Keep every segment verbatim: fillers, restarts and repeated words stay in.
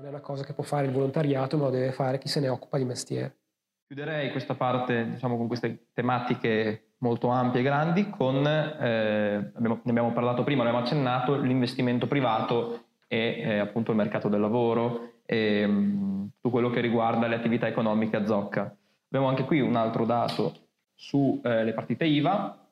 non è una cosa che può fare il volontariato, ma lo deve fare chi se ne occupa di mestiere. Chiuderei questa parte, diciamo, con queste tematiche molto ampie e grandi con, eh, abbiamo, ne abbiamo parlato prima, abbiamo accennato, l'investimento privato e eh, appunto il mercato del lavoro e mh, tutto quello che riguarda le attività economiche a Zocca. Abbiamo anche qui un altro dato sulle eh, partite I V A,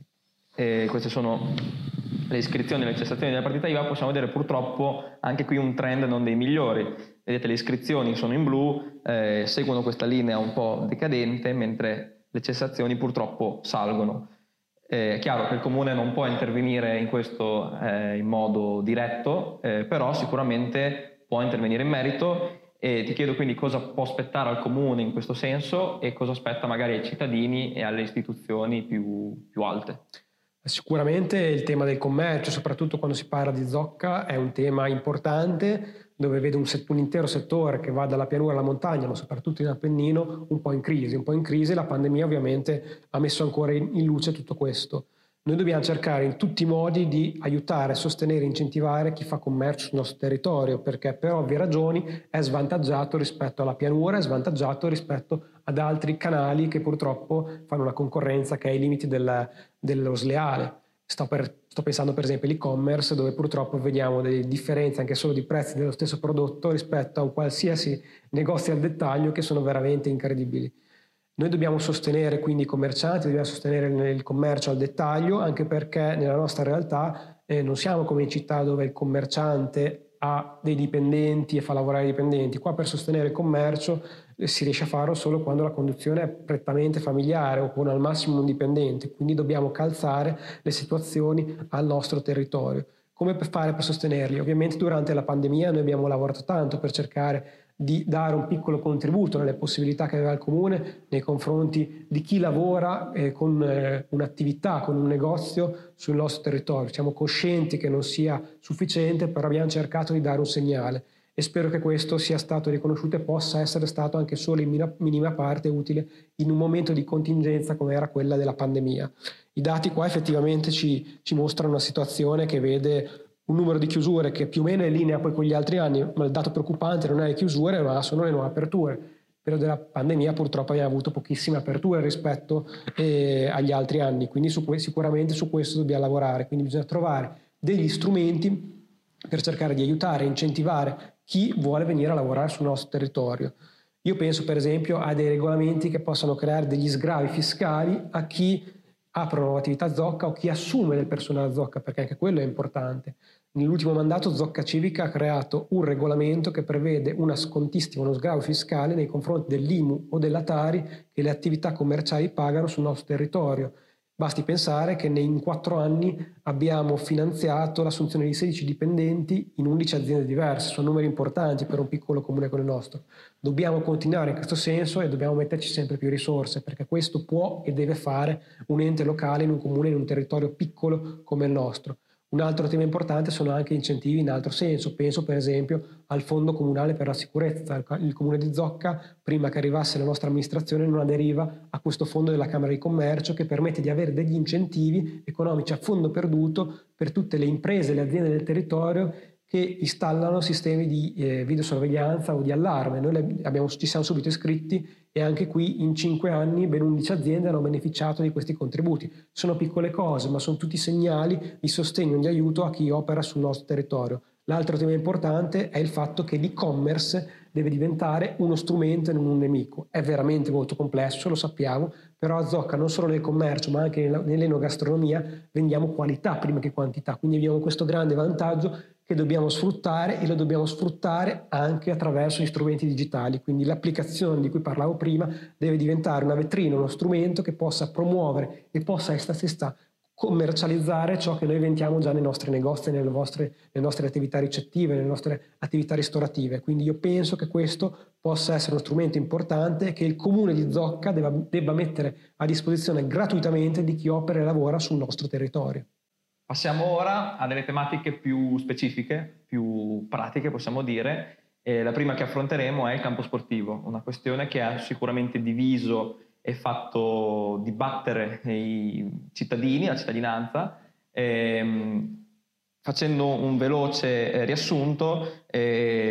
e queste sono le iscrizioni e le cessazioni delle partite I V A. Possiamo vedere purtroppo anche qui un trend non dei migliori. Vedete, le iscrizioni sono in blu, eh, seguono questa linea un po' decadente, mentre le cessazioni purtroppo salgono. Eh, è chiaro che il comune non può intervenire in questo eh, in modo diretto, eh, però sicuramente può intervenire in merito, e ti chiedo quindi cosa può aspettare al comune in questo senso e cosa aspetta magari ai cittadini e alle istituzioni più, più alte. Sicuramente il tema del commercio, soprattutto quando si parla di Zocca, è un tema importante, dove vedo un, set- un intero settore che va dalla pianura alla montagna, ma soprattutto in Appennino, un po' in crisi. Un po' in crisi, la pandemia ovviamente ha messo ancora in, in luce tutto questo. Noi dobbiamo cercare in tutti i modi di aiutare, sostenere, incentivare chi fa commercio sul nostro territorio, perché per ovvie ragioni è svantaggiato rispetto alla pianura, è svantaggiato rispetto ad altri canali che purtroppo fanno una concorrenza che è ai limiti del, dello sleale. Sto, per, sto pensando per esempio all'e-commerce, dove purtroppo vediamo delle differenze anche solo di prezzi dello stesso prodotto rispetto a un qualsiasi negozio al dettaglio, che sono veramente incredibili. Noi dobbiamo sostenere quindi i commercianti, dobbiamo sostenere il commercio al dettaglio, anche perché nella nostra realtà eh, non siamo come in città dove il commerciante ha dei dipendenti e fa lavorare i dipendenti. Qua per sostenere il commercio eh, si riesce a farlo solo quando la conduzione è prettamente familiare o con al massimo un dipendente, quindi dobbiamo calzare le situazioni al nostro territorio. Come per fare per sostenerli? Ovviamente durante la pandemia noi abbiamo lavorato tanto per cercare di dare un piccolo contributo nelle possibilità che aveva il comune nei confronti di chi lavora eh, con eh, un'attività, con un negozio sul nostro territorio. Siamo coscienti che non sia sufficiente, però abbiamo cercato di dare un segnale e spero che questo sia stato riconosciuto e possa essere stato anche solo in minima parte utile in un momento di contingenza come era quella della pandemia. I dati qua effettivamente ci, ci mostrano una situazione che vede un numero di chiusure che più o meno è in linea poi con gli altri anni, ma il dato preoccupante non è le chiusure, ma sono le nuove aperture. Nel periodo della pandemia purtroppo abbiamo avuto pochissime aperture rispetto eh, agli altri anni, quindi su, sicuramente su questo dobbiamo lavorare, quindi bisogna trovare degli strumenti per cercare di aiutare e incentivare chi vuole venire a lavorare sul nostro territorio. Io penso per esempio a dei regolamenti che possano creare degli sgravi fiscali a chi apre una attività Zocca o chi assume del personale Zocca, perché anche quello è importante. Nell'ultimo mandato Zocca Civica ha creato un regolamento che prevede una scontistica, uno sgravio fiscale nei confronti dell'I M U o della Tari che le attività commerciali pagano sul nostro territorio. Basti pensare che in quattro anni abbiamo finanziato l'assunzione di sedici dipendenti in undici aziende diverse, sono numeri importanti per un piccolo comune come il nostro. Dobbiamo continuare in questo senso e dobbiamo metterci sempre più risorse, perché questo può e deve fare un ente locale in un comune, in un territorio piccolo come il nostro. Un altro tema importante sono anche incentivi in altro senso. Penso per esempio al Fondo Comunale per la Sicurezza. Il Comune di Zocca, prima che arrivasse la nostra amministrazione, non aderiva a questo fondo della Camera di Commercio che permette di avere degli incentivi economici a fondo perduto per tutte le imprese e le aziende del territorio che installano sistemi di eh, videosorveglianza o di allarme. Noi abbiamo, ci siamo subito iscritti e anche qui in cinque anni ben undici aziende hanno beneficiato di questi contributi. Sono piccole cose, ma sono tutti segnali di sostegno e di aiuto a chi opera sul nostro territorio. L'altro tema importante è il fatto che l'e-commerce deve diventare uno strumento e non un nemico. È veramente molto complesso, lo sappiamo, però a Zocca non solo nel commercio ma anche nell'enogastronomia vendiamo qualità prima che quantità, quindi abbiamo questo grande vantaggio che dobbiamo sfruttare e lo dobbiamo sfruttare anche attraverso gli strumenti digitali, quindi l'applicazione di cui parlavo prima deve diventare una vetrina, uno strumento che possa promuovere e possa stessa commercializzare ciò che noi vendiamo già nei nostri negozi, nelle, vostre, nelle nostre attività ricettive, nelle nostre attività ristorative. Quindi io penso che questo possa essere uno strumento importante e che il comune di Zocca debba, debba mettere a disposizione gratuitamente di chi opera e lavora sul nostro territorio. Passiamo ora a delle tematiche più specifiche, più pratiche possiamo dire. E la prima che affronteremo è il campo sportivo, una questione che ha sicuramente diviso e fatto dibattere i cittadini, la cittadinanza. Ehm, facendo un veloce eh, riassunto, eh, il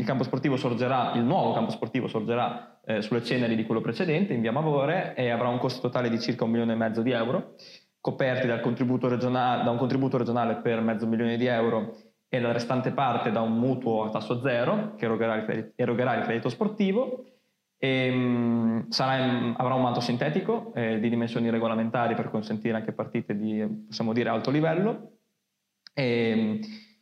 campo sportivo sorgerà, il nuovo campo sportivo sorgerà eh, sulle ceneri di quello precedente in via Mavore e avrà un costo totale di circa un milione e mezzo di euro, coperti dal contributo regionale, da un contributo regionale per mezzo milione di euro e la restante parte da un mutuo a tasso zero che erogerà il credito, erogerà il credito sportivo. E, mh, sarà in, avrà un manto sintetico eh, di dimensioni regolamentari per consentire anche partite di, possiamo dire, alto livello e,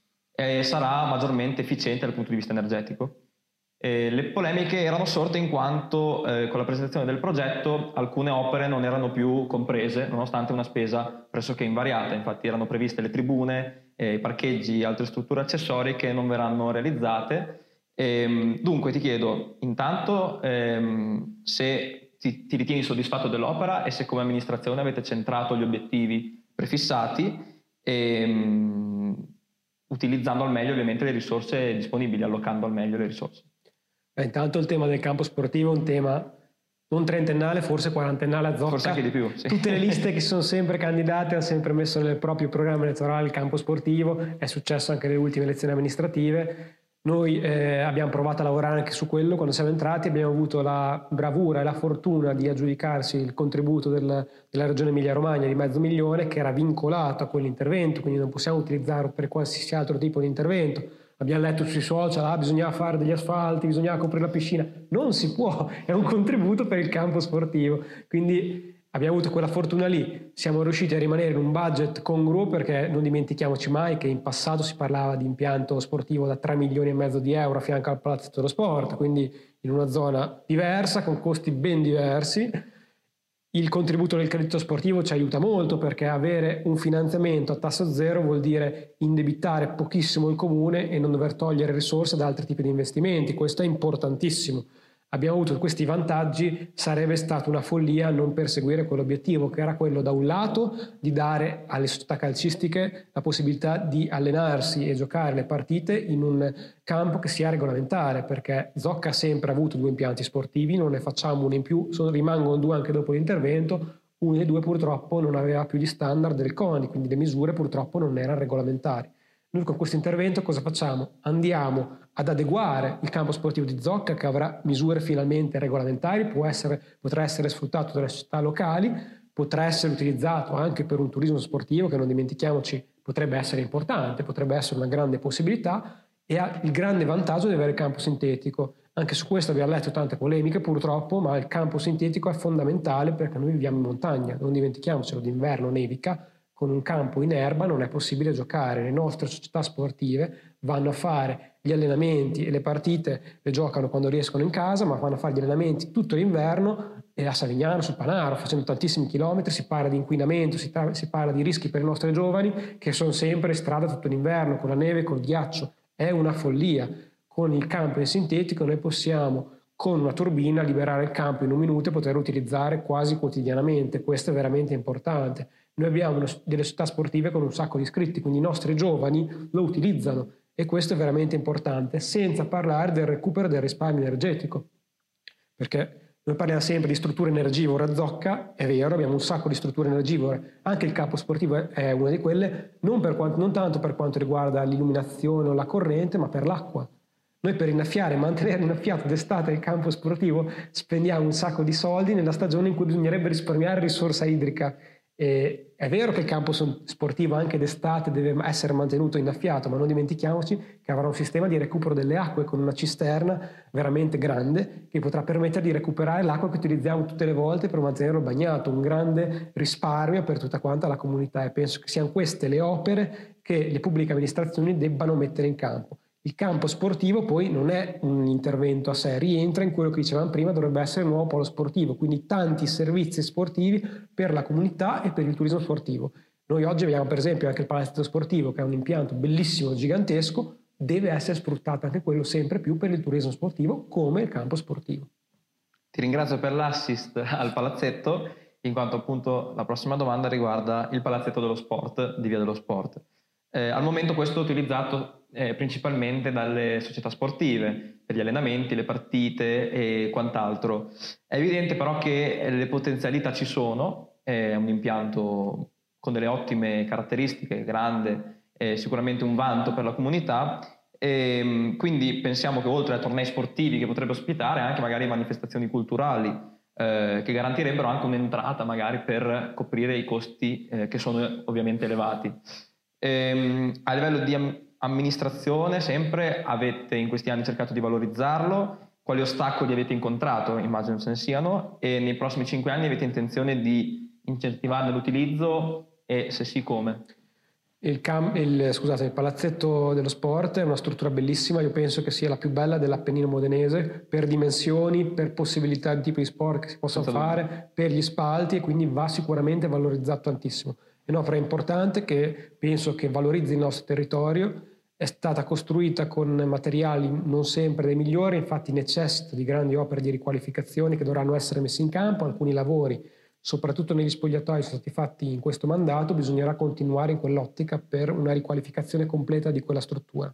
e sarà maggiormente efficiente dal punto di vista energetico. E le polemiche erano sorte in quanto eh, con la presentazione del progetto alcune opere non erano più comprese nonostante una spesa pressoché invariata. Infatti erano previste le tribune, eh, i parcheggi e altre strutture accessorie che non verranno realizzate. E, dunque ti chiedo intanto ehm, se ti, ti ritieni soddisfatto dell'opera e se come amministrazione avete centrato gli obiettivi prefissati e, um, utilizzando al meglio ovviamente le risorse disponibili, allocando al meglio le risorse. Beh, intanto il tema del campo sportivo è un tema non trentennale, forse quarantennale a Zocca. Forse anche di più, sì. Tutte le liste che sono sempre candidate hanno sempre messo nel proprio programma elettorale il campo sportivo, è successo anche nelle ultime elezioni amministrative. Noi eh, abbiamo provato a lavorare anche su quello quando siamo entrati, abbiamo avuto la bravura e la fortuna di aggiudicarsi il contributo del, della regione Emilia-Romagna di mezzo milione che era vincolato a quell'intervento, quindi non possiamo utilizzarlo per qualsiasi altro tipo di intervento. Abbiamo letto sui social, ah, bisognava fare degli asfalti, bisognava coprire la piscina. Non si può, è un contributo per il campo sportivo. Quindi abbiamo avuto quella fortuna lì. Siamo riusciti a rimanere in un budget congruo perché non dimentichiamoci mai che in passato si parlava di impianto sportivo da tre milioni e mezzo di euro a fianco al Palazzetto dello Sport, quindi in una zona diversa, con costi ben diversi. Il contributo del credito sportivo ci aiuta molto perché avere un finanziamento a tasso zero vuol dire indebitare pochissimo il comune e non dover togliere risorse da altri tipi di investimenti. Questo è importantissimo. Abbiamo avuto questi vantaggi, sarebbe stata una follia non perseguire quell'obiettivo che era quello da un lato di dare alle società calcistiche la possibilità di allenarsi e giocare le partite in un campo che sia regolamentare, perché Zocca ha sempre avuto due impianti sportivi, non ne facciamo uno in più, sono, rimangono due anche dopo l'intervento, uno dei due purtroppo non aveva più gli standard del CONI, quindi le misure purtroppo non erano regolamentari. Noi con questo intervento cosa facciamo? Andiamo ad adeguare il campo sportivo di Zocca che avrà misure finalmente regolamentari, può essere, potrà essere sfruttato dalle società locali, potrà essere utilizzato anche per un turismo sportivo che non dimentichiamoci potrebbe essere importante, potrebbe essere una grande possibilità e ha il grande vantaggio di avere il campo sintetico. Anche su questo abbiamo letto tante polemiche purtroppo, ma il campo sintetico è fondamentale perché noi viviamo in montagna, non dimentichiamocelo, d'inverno nevica, con un campo in erba non è possibile giocare. Le nostre società sportive vanno a fare gli allenamenti e le partite le giocano quando riescono in casa, ma vanno a fare gli allenamenti tutto l'inverno e a Savignano, sul Panaro, facendo tantissimi chilometri. Si parla di inquinamento, si, tra- si parla di rischi per i nostri giovani che sono sempre in strada tutto l'inverno, con la neve, col ghiaccio. È una follia. Con il campo in sintetico noi possiamo con una turbina liberare il campo in un minuto e poterlo utilizzare quasi quotidianamente. Questo è veramente importante. Noi abbiamo delle società sportive con un sacco di iscritti, quindi i nostri giovani lo utilizzano e questo è veramente importante, senza parlare del recupero del risparmio energetico, perché noi parliamo sempre di strutture energivore a Zocca, è vero, abbiamo un sacco di strutture energivore, anche il campo sportivo è una di quelle, non, per quanto, non tanto per quanto riguarda l'illuminazione o la corrente, ma per l'acqua. Noi per innaffiare e mantenere innaffiato d'estate il campo sportivo spendiamo un sacco di soldi nella stagione in cui bisognerebbe risparmiare risorsa idrica. E è vero che il campo sportivo anche d'estate deve essere mantenuto innaffiato, ma non dimentichiamoci che avrà un sistema di recupero delle acque con una cisterna veramente grande che potrà permettere di recuperare l'acqua che utilizziamo tutte le volte per mantenerlo bagnato, un grande risparmio per tutta quanta la comunità e penso che siano queste le opere che le pubbliche amministrazioni debbano mettere in campo. Il campo sportivo poi non è un intervento a sé, rientra in quello che dicevamo prima, dovrebbe essere un nuovo polo sportivo, quindi tanti servizi sportivi per la comunità e per il turismo sportivo. Noi oggi abbiamo per esempio anche il Palazzetto Sportivo che è un impianto bellissimo, gigantesco, deve essere sfruttato anche quello sempre più per il turismo sportivo come il campo sportivo. Ti ringrazio per l'assist al palazzetto, in quanto appunto la prossima domanda riguarda il Palazzetto dello Sport di Via dello Sport. Eh, al momento questo è utilizzato eh, principalmente dalle società sportive per gli allenamenti, le partite e quant'altro. È evidente però che le potenzialità ci sono, è un impianto con delle ottime caratteristiche, grande, è sicuramente un vanto per la comunità, E quindi pensiamo che oltre ai tornei sportivi che potrebbe ospitare anche magari manifestazioni culturali eh, che garantirebbero anche un'entrata magari per coprire i costi eh, che sono ovviamente elevati. E, a livello di am- amministrazione sempre avete in questi anni cercato di valorizzarlo. Quali ostacoli avete incontrato? Immagino ce ne siano, e nei prossimi cinque anni avete intenzione di incentivarne l'utilizzo, e se sì, come? Il, cam- il, scusate, il Palazzetto dello Sport è una struttura bellissima, io penso che sia la più bella dell'Appennino modenese per dimensioni, per possibilità di tipi di sport che si possono Senza fare, dubbio. per gli spalti, e quindi va sicuramente valorizzato tantissimo. È un'opera importante che penso che valorizzi il nostro territorio, è stata costruita con materiali non sempre dei migliori, infatti necessita di grandi opere di riqualificazione che dovranno essere messe in campo. Alcuni lavori, soprattutto negli spogliatoi, sono stati fatti in questo mandato, bisognerà continuare in quell'ottica per una riqualificazione completa di quella struttura.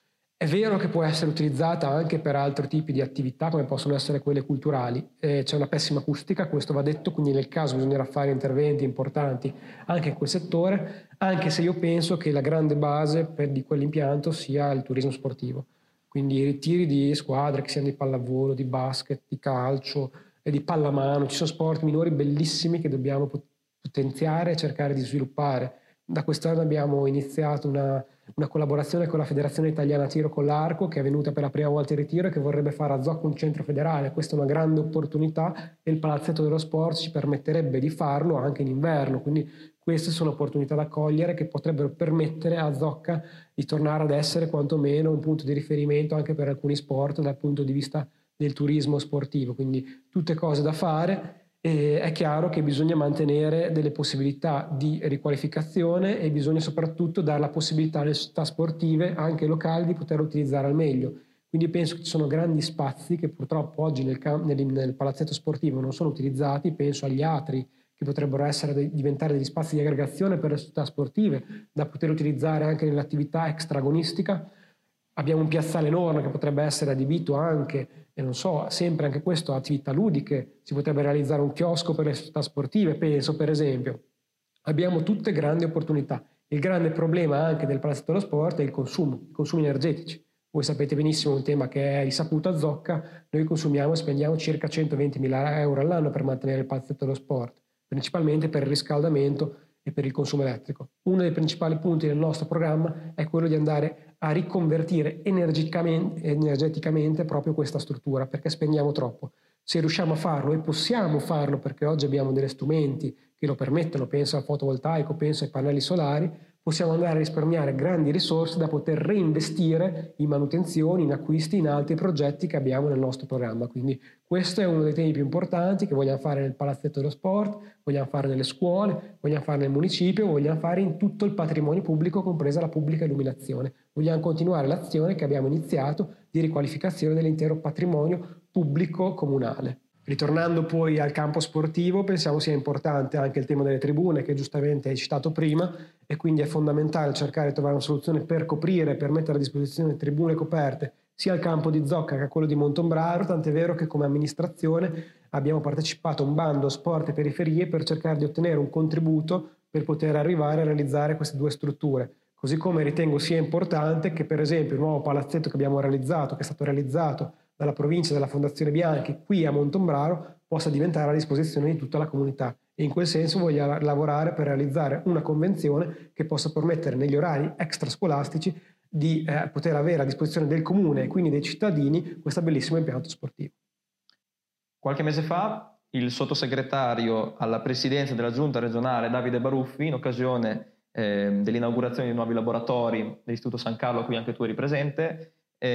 È vero che può essere utilizzata anche per altri tipi di attività, come possono essere quelle culturali. Eh, c'è una pessima acustica, questo va detto, quindi nel caso bisognerà fare interventi importanti anche in quel settore, anche se io penso che la grande base per, di quell'impianto sia il turismo sportivo. Quindi i ritiri di squadre, che siano di pallavolo, di basket, di calcio e di pallamano, ci sono sport minori bellissimi che dobbiamo potenziare e cercare di sviluppare. Da quest'anno abbiamo iniziato una, una collaborazione con la Federazione Italiana Tiro con l'Arco, che è venuta per la prima volta in ritiro e che vorrebbe fare a Zocca un centro federale. Questa è una grande opportunità e il Palazzetto dello Sport ci permetterebbe di farlo anche in inverno, quindi queste sono opportunità da cogliere che potrebbero permettere a Zocca di tornare ad essere quantomeno un punto di riferimento anche per alcuni sport dal punto di vista del turismo sportivo, quindi tutte cose da fare. E è chiaro che bisogna mantenere delle possibilità di riqualificazione e bisogna soprattutto dare la possibilità alle società sportive, anche locali, di poter utilizzare al meglio. Quindi penso che ci sono grandi spazi che purtroppo oggi nel, nel, nel palazzetto sportivo non sono utilizzati, penso agli atri che potrebbero essere, diventare degli spazi di aggregazione per le società sportive, da poter utilizzare anche nell'attività extragonistica. Abbiamo un piazzale enorme che potrebbe essere adibito anche, e non so, sempre anche questo, a attività ludiche. Si potrebbe realizzare un chiosco per le società sportive, penso per esempio. Abbiamo tutte grandi opportunità. Il grande problema anche del Palazzetto dello Sport è il consumo, i consumi energetici. Voi sapete benissimo un tema che è risaputo a Zocca, noi consumiamo e spendiamo circa centoventimila euro all'anno per mantenere il Palazzetto dello Sport, principalmente per il riscaldamento e per il consumo elettrico. Uno dei principali punti del nostro programma è quello di andare a riconvertire energeticamente, energeticamente proprio questa struttura, perché spendiamo troppo. Se riusciamo a farlo, e possiamo farlo perché oggi abbiamo degli strumenti che lo permettono, penso al fotovoltaico, penso ai pannelli solari, possiamo andare a risparmiare grandi risorse da poter reinvestire in manutenzioni, in acquisti, in altri progetti che abbiamo nel nostro programma. Quindi questo è uno dei temi più importanti che vogliamo fare nel Palazzetto dello Sport, vogliamo fare nelle scuole, vogliamo fare nel municipio, vogliamo fare in tutto il patrimonio pubblico, compresa la pubblica illuminazione. Vogliamo continuare l'azione che abbiamo iniziato di riqualificazione dell'intero patrimonio pubblico comunale. Ritornando poi al campo sportivo, pensiamo sia importante anche il tema delle tribune, che giustamente hai citato prima, e quindi è fondamentale cercare di trovare una soluzione per coprire, per mettere a disposizione tribune coperte sia al campo di Zocca che a quello di Montombraro, tant'è vero che come amministrazione abbiamo partecipato a un bando sport e periferie per cercare di ottenere un contributo per poter arrivare a realizzare queste due strutture. Così come ritengo sia importante che per esempio il nuovo palazzetto che abbiamo realizzato, che è stato realizzato dalla provincia e dalla Fondazione Bianchi qui a Montombraro, possa diventare a disposizione di tutta la comunità. E in quel senso voglio lavorare per realizzare una convenzione che possa permettere negli orari extrascolastici di eh, poter avere a disposizione del comune e quindi dei cittadini questo bellissimo impianto sportivo. Qualche mese fa il sottosegretario alla presidenza della giunta regionale Davide Baruffi, in occasione eh, dell'inaugurazione di nuovi laboratori dell'Istituto San Carlo, a cui anche tu eri presente,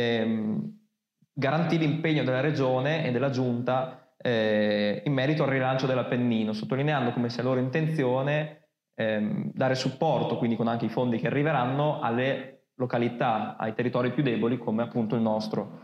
ehm, garantì l'impegno della regione e della giunta eh, in merito al rilancio dell'Appennino, sottolineando come sia loro intenzione ehm, dare supporto, quindi con anche i fondi che arriveranno, alle località, ai territori più deboli come appunto il nostro.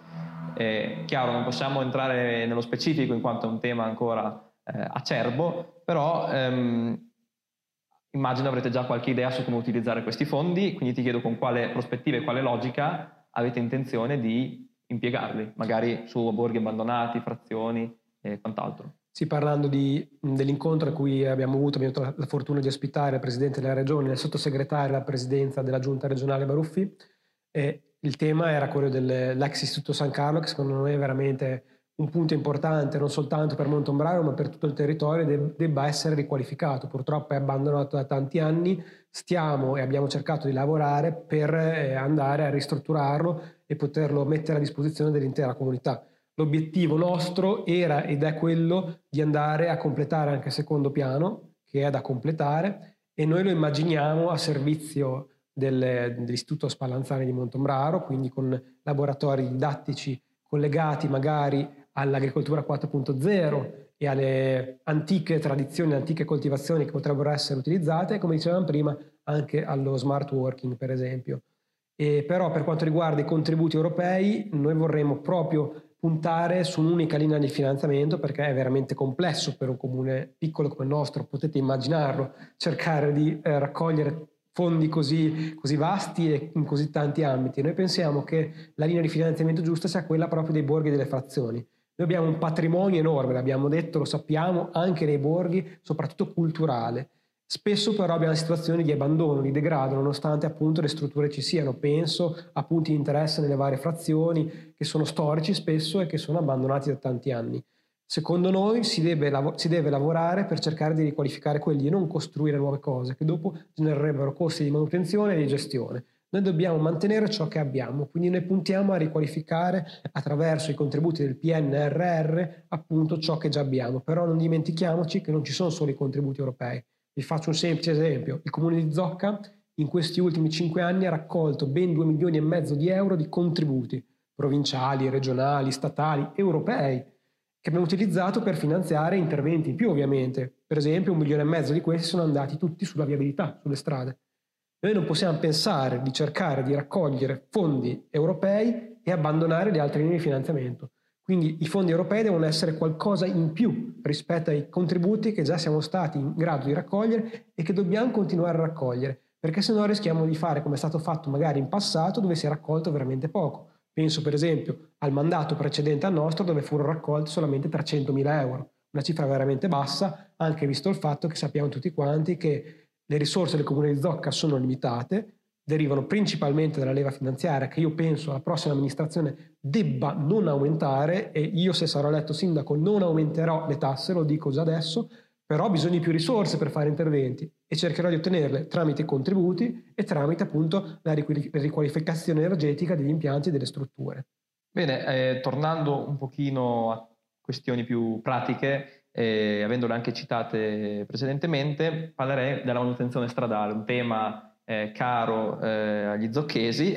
Eh, chiaro, non possiamo entrare nello specifico in quanto è un tema ancora eh, acerbo, però ehm, immagino avrete già qualche idea su come utilizzare questi fondi, quindi ti chiedo con quale prospettiva e quale logica avete intenzione di impiegarli, magari su borghi abbandonati, frazioni e quant'altro. Sì, parlando di, dell'incontro a cui abbiamo avuto, abbiamo avuto la, la fortuna di ospitare il Presidente della Regione, il Sottosegretario alla Presidenza della Giunta regionale Baruffi, eh, il tema era quello dell'ex Istituto San Carlo, che secondo noi è veramente un punto importante non soltanto per Montombraro ma per tutto il territorio, deb- debba essere riqualificato. Purtroppo è abbandonato da tanti anni, stiamo e abbiamo cercato di lavorare per eh, andare a ristrutturarlo e poterlo mettere a disposizione dell'intera comunità. L'obiettivo nostro era ed è quello di andare a completare anche il secondo piano, che è da completare, e noi lo immaginiamo a servizio del, dell'Istituto Spallanzani di Montombraro, quindi con laboratori didattici collegati magari all'agricoltura quattro punto zero e alle antiche tradizioni, antiche coltivazioni che potrebbero essere utilizzate, e come dicevamo prima anche allo smart working per esempio. E però per quanto riguarda i contributi europei noi vorremmo proprio puntare su un'unica linea di finanziamento, perché è veramente complesso per un comune piccolo come il nostro, potete immaginarlo, cercare di eh, raccogliere fondi così, così vasti e in così tanti ambiti. Noi pensiamo che la linea di finanziamento giusta sia quella proprio dei borghi e delle frazioni. Noi abbiamo un patrimonio enorme, l'abbiamo detto, lo sappiamo, anche nei borghi, soprattutto culturale. Spesso però abbiamo situazioni di abbandono, di degrado, nonostante appunto le strutture ci siano. Penso a punti di interesse nelle varie frazioni che sono storici spesso e che sono abbandonati da tanti anni. Secondo noi si deve, lav- si deve lavorare per cercare di riqualificare quelli e non costruire nuove cose che dopo genererebbero costi di manutenzione e di gestione. Noi dobbiamo mantenere ciò che abbiamo, quindi noi puntiamo a riqualificare attraverso i contributi del P N R R appunto ciò che già abbiamo, però non dimentichiamoci che non ci sono solo i contributi europei. Vi faccio un semplice esempio: il comune di Zocca in questi ultimi cinque anni ha raccolto ben due milioni e mezzo di euro di contributi provinciali, regionali, statali, europei, che abbiamo utilizzato per finanziare interventi in più ovviamente. Per esempio un milione e mezzo di questi sono andati tutti sulla viabilità, sulle strade. Noi non possiamo pensare di cercare di raccogliere fondi europei e abbandonare le altre linee di finanziamento. Quindi i fondi europei devono essere qualcosa in più rispetto ai contributi che già siamo stati in grado di raccogliere e che dobbiamo continuare a raccogliere, perché se no rischiamo di fare come è stato fatto magari in passato, dove si è raccolto veramente poco. Penso per esempio al mandato precedente al nostro, dove furono raccolti solamente trecentomila euro, una cifra veramente bassa, anche visto il fatto che sappiamo tutti quanti che le risorse del comune di Zocca sono limitate, derivano principalmente dalla leva finanziaria, che io penso la prossima amministrazione debba non aumentare, e io se sarò eletto sindaco non aumenterò le tasse, lo dico già adesso, però ho bisogno di più risorse per fare interventi e cercherò di ottenerle tramite i contributi e tramite appunto la riqualificazione energetica degli impianti e delle strutture. Bene, eh, tornando un pochino a questioni più pratiche, eh, avendole anche citate precedentemente, parlerei della manutenzione stradale, un tema Eh, caro eh, agli zocchesi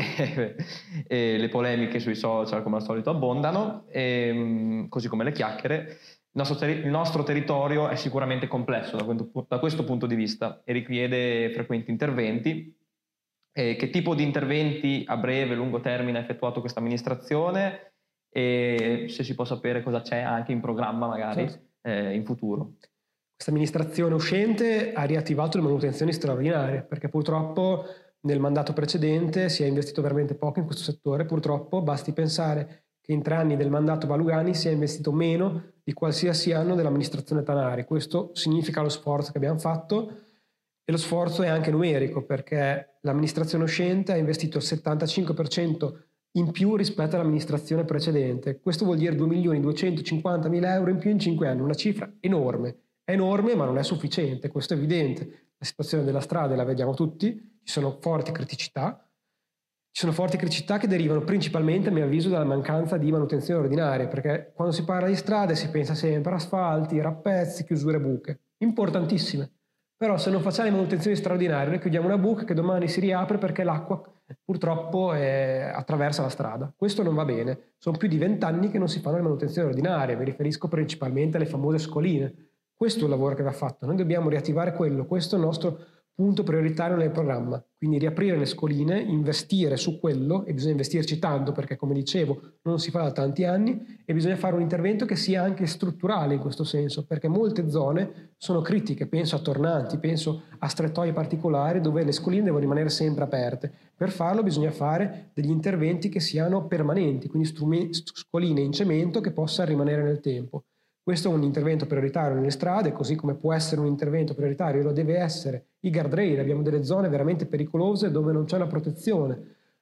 e le polemiche sui social come al solito abbondano, e, così come le chiacchiere. Il nostro, ter- il nostro territorio è sicuramente complesso da, da questo punto di vista e richiede frequenti interventi. E che tipo di interventi a breve e lungo termine ha effettuato questa amministrazione, e se si può sapere cosa c'è anche in programma magari certo. eh, in futuro. Questa amministrazione uscente ha riattivato le manutenzioni straordinarie, perché purtroppo nel mandato precedente si è investito veramente poco in questo settore. Purtroppo basti pensare che in tre anni del mandato Balugani si è investito meno di qualsiasi anno dell'amministrazione Tanari. Questo significa lo sforzo che abbiamo fatto, e lo sforzo è anche numerico, perché l'amministrazione uscente ha investito il settantacinque per cento in più rispetto all'amministrazione precedente. Questo vuol dire due milioni duecentocinquantamila euro in più in cinque anni, una cifra enorme. È enorme, ma non è sufficiente, questo è evidente. La situazione della strada la vediamo tutti, ci sono forti criticità. Ci sono forti criticità che derivano principalmente, a mio avviso, dalla mancanza di manutenzione ordinaria, perché quando si parla di strade si pensa sempre a asfalti, rappezzi, chiusure, buche. Importantissime. Però se non facciamo le manutenzioni straordinarie, noi chiudiamo una buca che domani si riapre perché l'acqua purtroppo è, attraversa la strada. Questo non va bene. Sono più di vent'anni che non si fanno le manutenzioni ordinarie, mi riferisco principalmente alle famose scoline. Questo è il lavoro che va fatto, noi dobbiamo riattivare quello, questo è il nostro punto prioritario nel programma, quindi riaprire le scoline, investire su quello, e bisogna investirci tanto perché, come dicevo, non si fa da tanti anni, e bisogna fare un intervento che sia anche strutturale in questo senso, perché molte zone sono critiche, penso a tornanti, penso a strettoie particolari dove le scoline devono rimanere sempre aperte. Per farlo bisogna fare degli interventi che siano permanenti, quindi strumenti, scoline in cemento che possano rimanere nel tempo. Questo è un intervento prioritario nelle strade, così come può essere un intervento prioritario, lo deve essere, i guardrail. Abbiamo delle zone veramente pericolose dove non c'è una protezione.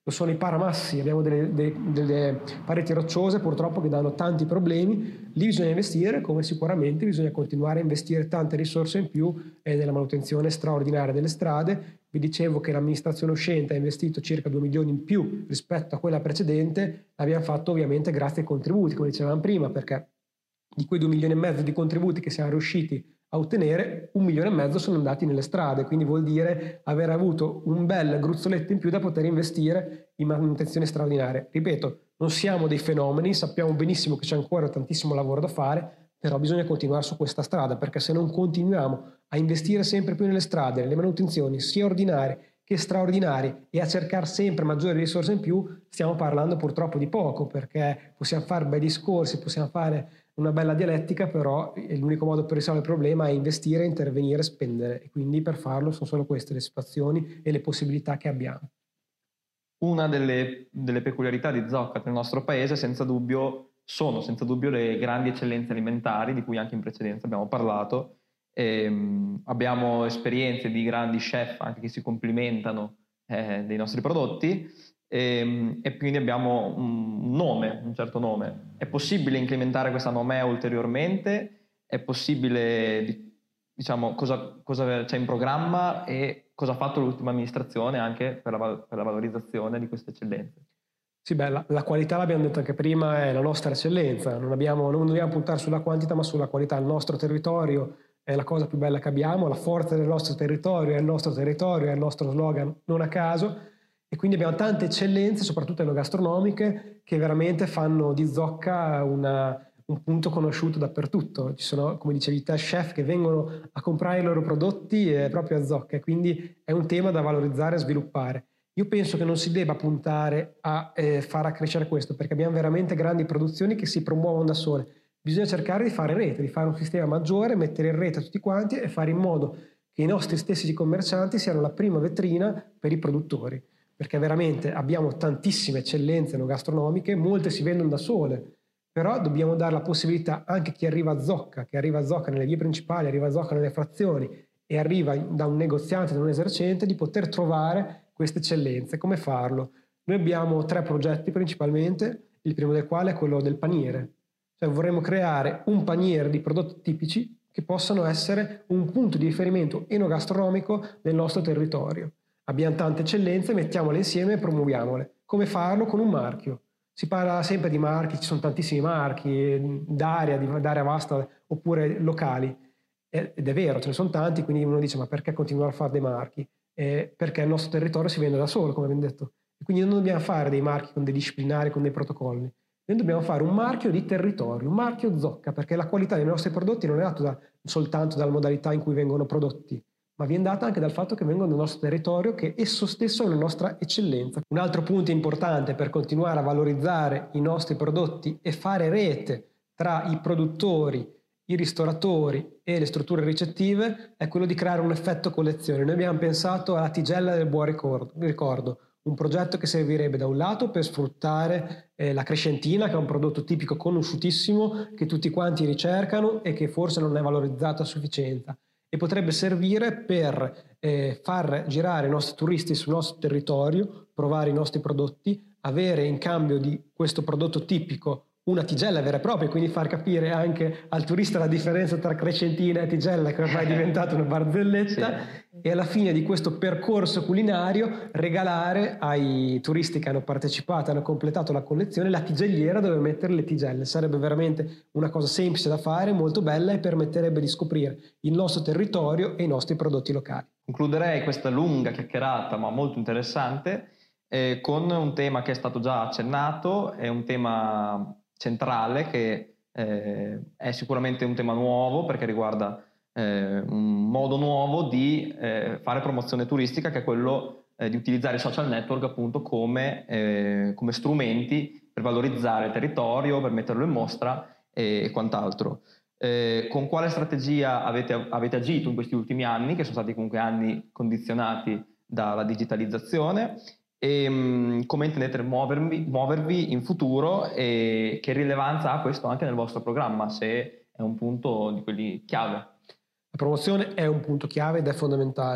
lo sono i paramassi, abbiamo delle, delle, delle pareti rocciose purtroppo che danno tanti problemi, lì bisogna investire, come sicuramente bisogna continuare a investire tante risorse in più eh, nella manutenzione straordinaria delle strade. Vi dicevo che l'amministrazione uscente ha investito circa due milioni in più rispetto a quella precedente, l'abbiamo fatto ovviamente grazie ai contributi, come dicevamo prima, perché di quei due milioni e mezzo di contributi che siamo riusciti a ottenere, un milione e mezzo sono andati nelle strade, quindi vuol dire aver avuto un bel gruzzoletto in più da poter investire in manutenzione straordinaria. Ripeto, non siamo dei fenomeni, sappiamo benissimo che c'è ancora tantissimo lavoro da fare, però bisogna continuare su questa strada, perché se non continuiamo a investire sempre più nelle strade, nelle manutenzioni, sia ordinarie che straordinarie, e a cercare sempre maggiori risorse in più, stiamo parlando purtroppo di poco, perché possiamo fare bei discorsi, possiamo fare una bella dialettica, però l'unico modo per risolvere il problema è investire, intervenire, spendere, e quindi per farlo sono solo queste le situazioni e le possibilità che abbiamo. Una delle, delle peculiarità di Zocca nel nostro paese senza dubbio sono senza dubbio le grandi eccellenze alimentari di cui anche in precedenza abbiamo parlato. E, um, abbiamo esperienze di grandi chef anche che si complimentano eh, dei nostri prodotti. E, e quindi abbiamo un nome, un certo nome. È possibile incrementare questa nomea ulteriormente? È possibile, diciamo, cosa, cosa c'è in programma e cosa ha fatto l'ultima amministrazione anche per la, per la valorizzazione di queste eccellenze? Sì, beh, la, la qualità, l'abbiamo detto anche prima, è la nostra eccellenza. Non, abbiamo, non dobbiamo puntare sulla quantità ma sulla qualità. Il nostro territorio è la cosa più bella che abbiamo, la forza del nostro territorio è il nostro territorio, è il nostro slogan non a caso. E quindi abbiamo tante eccellenze, soprattutto enogastronomiche, che veramente fanno di Zocca una, un punto conosciuto dappertutto. Ci sono, come dicevi te, chef che vengono a comprare i loro prodotti eh, proprio a Zocca, e quindi è un tema da valorizzare e sviluppare. Io penso che non si debba puntare a eh, far accrescere questo, perché abbiamo veramente grandi produzioni che si promuovono da sole. Bisogna cercare di fare rete, di fare un sistema maggiore, mettere in rete tutti quanti e fare in modo che i nostri stessi commercianti siano la prima vetrina per i produttori, perché veramente abbiamo tantissime eccellenze enogastronomiche, molte si vendono da sole, però dobbiamo dare la possibilità anche a chi arriva a Zocca, che arriva a Zocca nelle vie principali, arriva a Zocca nelle frazioni e arriva da un negoziante, da un esercente, di poter trovare queste eccellenze. Come farlo? Noi abbiamo tre progetti principalmente, il primo del quale è quello del paniere. Cioè vorremmo creare un paniere di prodotti tipici che possano essere un punto di riferimento enogastronomico nel nostro territorio. Abbiamo tante eccellenze, mettiamole insieme e promuoviamole. Come farlo? Con un marchio. Si parla sempre di marchi, ci sono tantissimi marchi, d'area, di d'area vasta, oppure locali. Ed è vero, ce ne sono tanti, quindi uno dice ma perché continuare a fare dei marchi? Eh, perché il nostro territorio si vende da solo, come abbiamo detto. E quindi non dobbiamo fare dei marchi con dei disciplinari, con dei protocolli. Noi dobbiamo fare un marchio di territorio, un marchio Zocca, perché la qualità dei nostri prodotti non è data da, soltanto dalla modalità in cui vengono prodotti, ma viene data anche dal fatto che vengono dal nostro territorio, che esso stesso è una nostra eccellenza. Un altro punto importante per continuare a valorizzare i nostri prodotti e fare rete tra i produttori, i ristoratori e le strutture ricettive è quello di creare un effetto collezione. Noi abbiamo pensato alla tigella del buon ricordo, un progetto che servirebbe da un lato per sfruttare eh, la crescentina, che è un prodotto tipico conosciutissimo, che tutti quanti ricercano e che forse non è valorizzato a sufficienza, e potrebbe servire per eh, far girare i nostri turisti sul nostro territorio, provare i nostri prodotti, avere in cambio di questo prodotto tipico una tigella vera e propria, quindi far capire anche al turista la differenza tra crescentina e tigella, che ormai è diventata una barzelletta, sì. E alla fine di questo percorso culinario regalare ai turisti che hanno partecipato, hanno completato la collezione, la tigelliera dove mettere le tigelle. Sarebbe veramente una cosa semplice da fare, molto bella, e permetterebbe di scoprire il nostro territorio e i nostri prodotti locali. Concluderei questa lunga chiacchierata, ma molto interessante, eh, con un tema che è stato già accennato, è un tema centrale che eh, è sicuramente un tema nuovo perché riguarda eh, un modo nuovo di eh, fare promozione turistica, che è quello eh, di utilizzare i social network appunto come, eh, come strumenti per valorizzare il territorio, per metterlo in mostra e, e quant'altro. Eh, con quale strategia avete, avete agito in questi ultimi anni, che sono stati comunque anni condizionati dalla digitalizzazione? E um, come intendete muovervi, muovervi in futuro, e che rilevanza ha questo anche nel vostro programma, se è un punto di quelli chiave? La promozione è un punto chiave ed è fondamentale.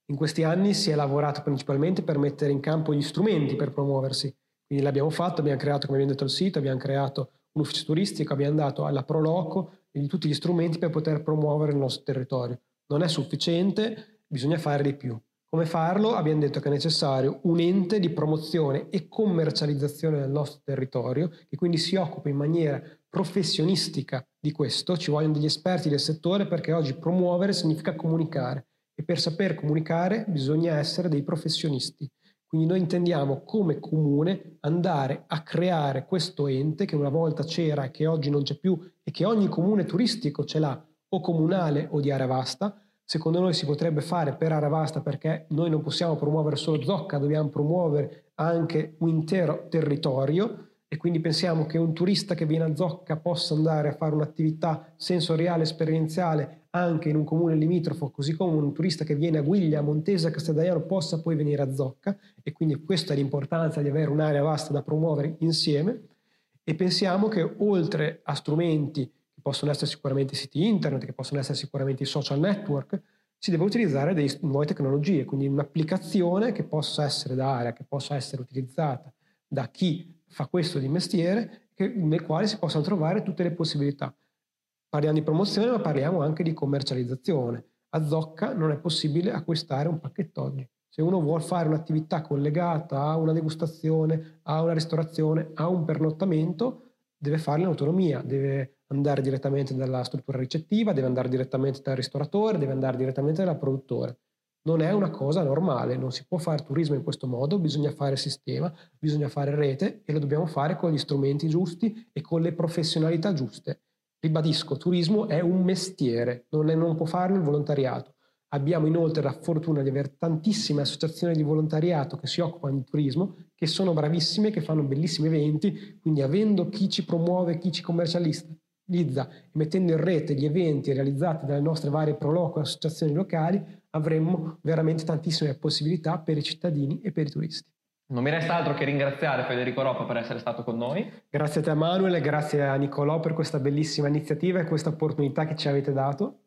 In questi anni si è lavorato principalmente per mettere in campo gli strumenti per promuoversi, quindi l'abbiamo fatto, abbiamo creato, come abbiamo detto, il sito, abbiamo creato un ufficio turistico, abbiamo dato alla Proloco tutti gli strumenti per poter promuovere il nostro territorio. Non è sufficiente, bisogna fare di più. Come farlo? Abbiamo detto che è necessario un ente di promozione e commercializzazione del nostro territorio, che quindi si occupa in maniera professionistica di questo. Ci vogliono degli esperti del settore, perché oggi promuovere significa comunicare, e per saper comunicare bisogna essere dei professionisti. Quindi noi intendiamo come comune andare a creare questo ente che una volta c'era e che oggi non c'è più, e che ogni comune turistico ce l'ha, o comunale o di area vasta. Secondo noi si potrebbe fare per area vasta, perché noi non possiamo promuovere solo Zocca, dobbiamo promuovere anche un intero territorio, e quindi pensiamo che un turista che viene a Zocca possa andare a fare un'attività sensoriale, esperienziale anche in un comune limitrofo, così come un turista che viene a Guiglia, a Montesa, a Casteldaiano possa poi venire a Zocca, e quindi questa è l'importanza di avere un'area vasta da promuovere insieme. E pensiamo che oltre a strumenti che possono essere sicuramente siti internet, che possono essere sicuramente i social network, si deve utilizzare delle nuove tecnologie, quindi un'applicazione che possa essere da area, che possa essere utilizzata da chi fa questo di mestiere, che, nel quale si possano trovare tutte le possibilità. Parliamo di promozione, ma parliamo anche di commercializzazione. A Zocca non è possibile acquistare un pacchetto oggi. Se uno vuole fare un'attività collegata a una degustazione, a una ristorazione, a un pernottamento, deve farlo in autonomia, deve andare direttamente dalla struttura ricettiva, deve andare direttamente dal ristoratore, deve andare direttamente dal produttore. Non è una cosa normale, non si può fare turismo in questo modo, bisogna fare sistema, bisogna fare rete, e lo dobbiamo fare con gli strumenti giusti e con le professionalità giuste. Ribadisco, turismo è un mestiere, non, è, non può farlo il volontariato. Abbiamo inoltre la fortuna di avere tantissime associazioni di volontariato che si occupano di turismo, che sono bravissime, che fanno bellissimi eventi, quindi avendo chi ci promuove, chi ci commercializza e mettendo in rete gli eventi realizzati dalle nostre varie Proloco e associazioni locali, avremmo veramente tantissime possibilità per i cittadini e per i turisti. Non mi resta altro che ringraziare Federico Roppa per essere stato con noi. Grazie a te Manuel, e grazie a Nicolò per questa bellissima iniziativa e questa opportunità che ci avete dato.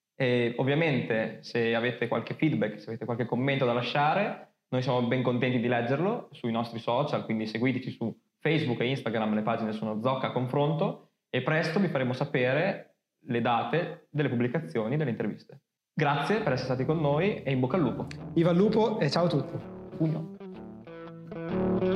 E ovviamente se avete qualche feedback, se avete qualche commento da lasciare, noi siamo ben contenti di leggerlo sui nostri social, quindi seguiteci su Facebook e Instagram, le pagine sono Zocca Confronto, e presto vi faremo sapere le date delle pubblicazioni delle interviste. Grazie per essere stati con noi e in bocca al lupo. Viva il lupo e ciao a tutti. Pugno.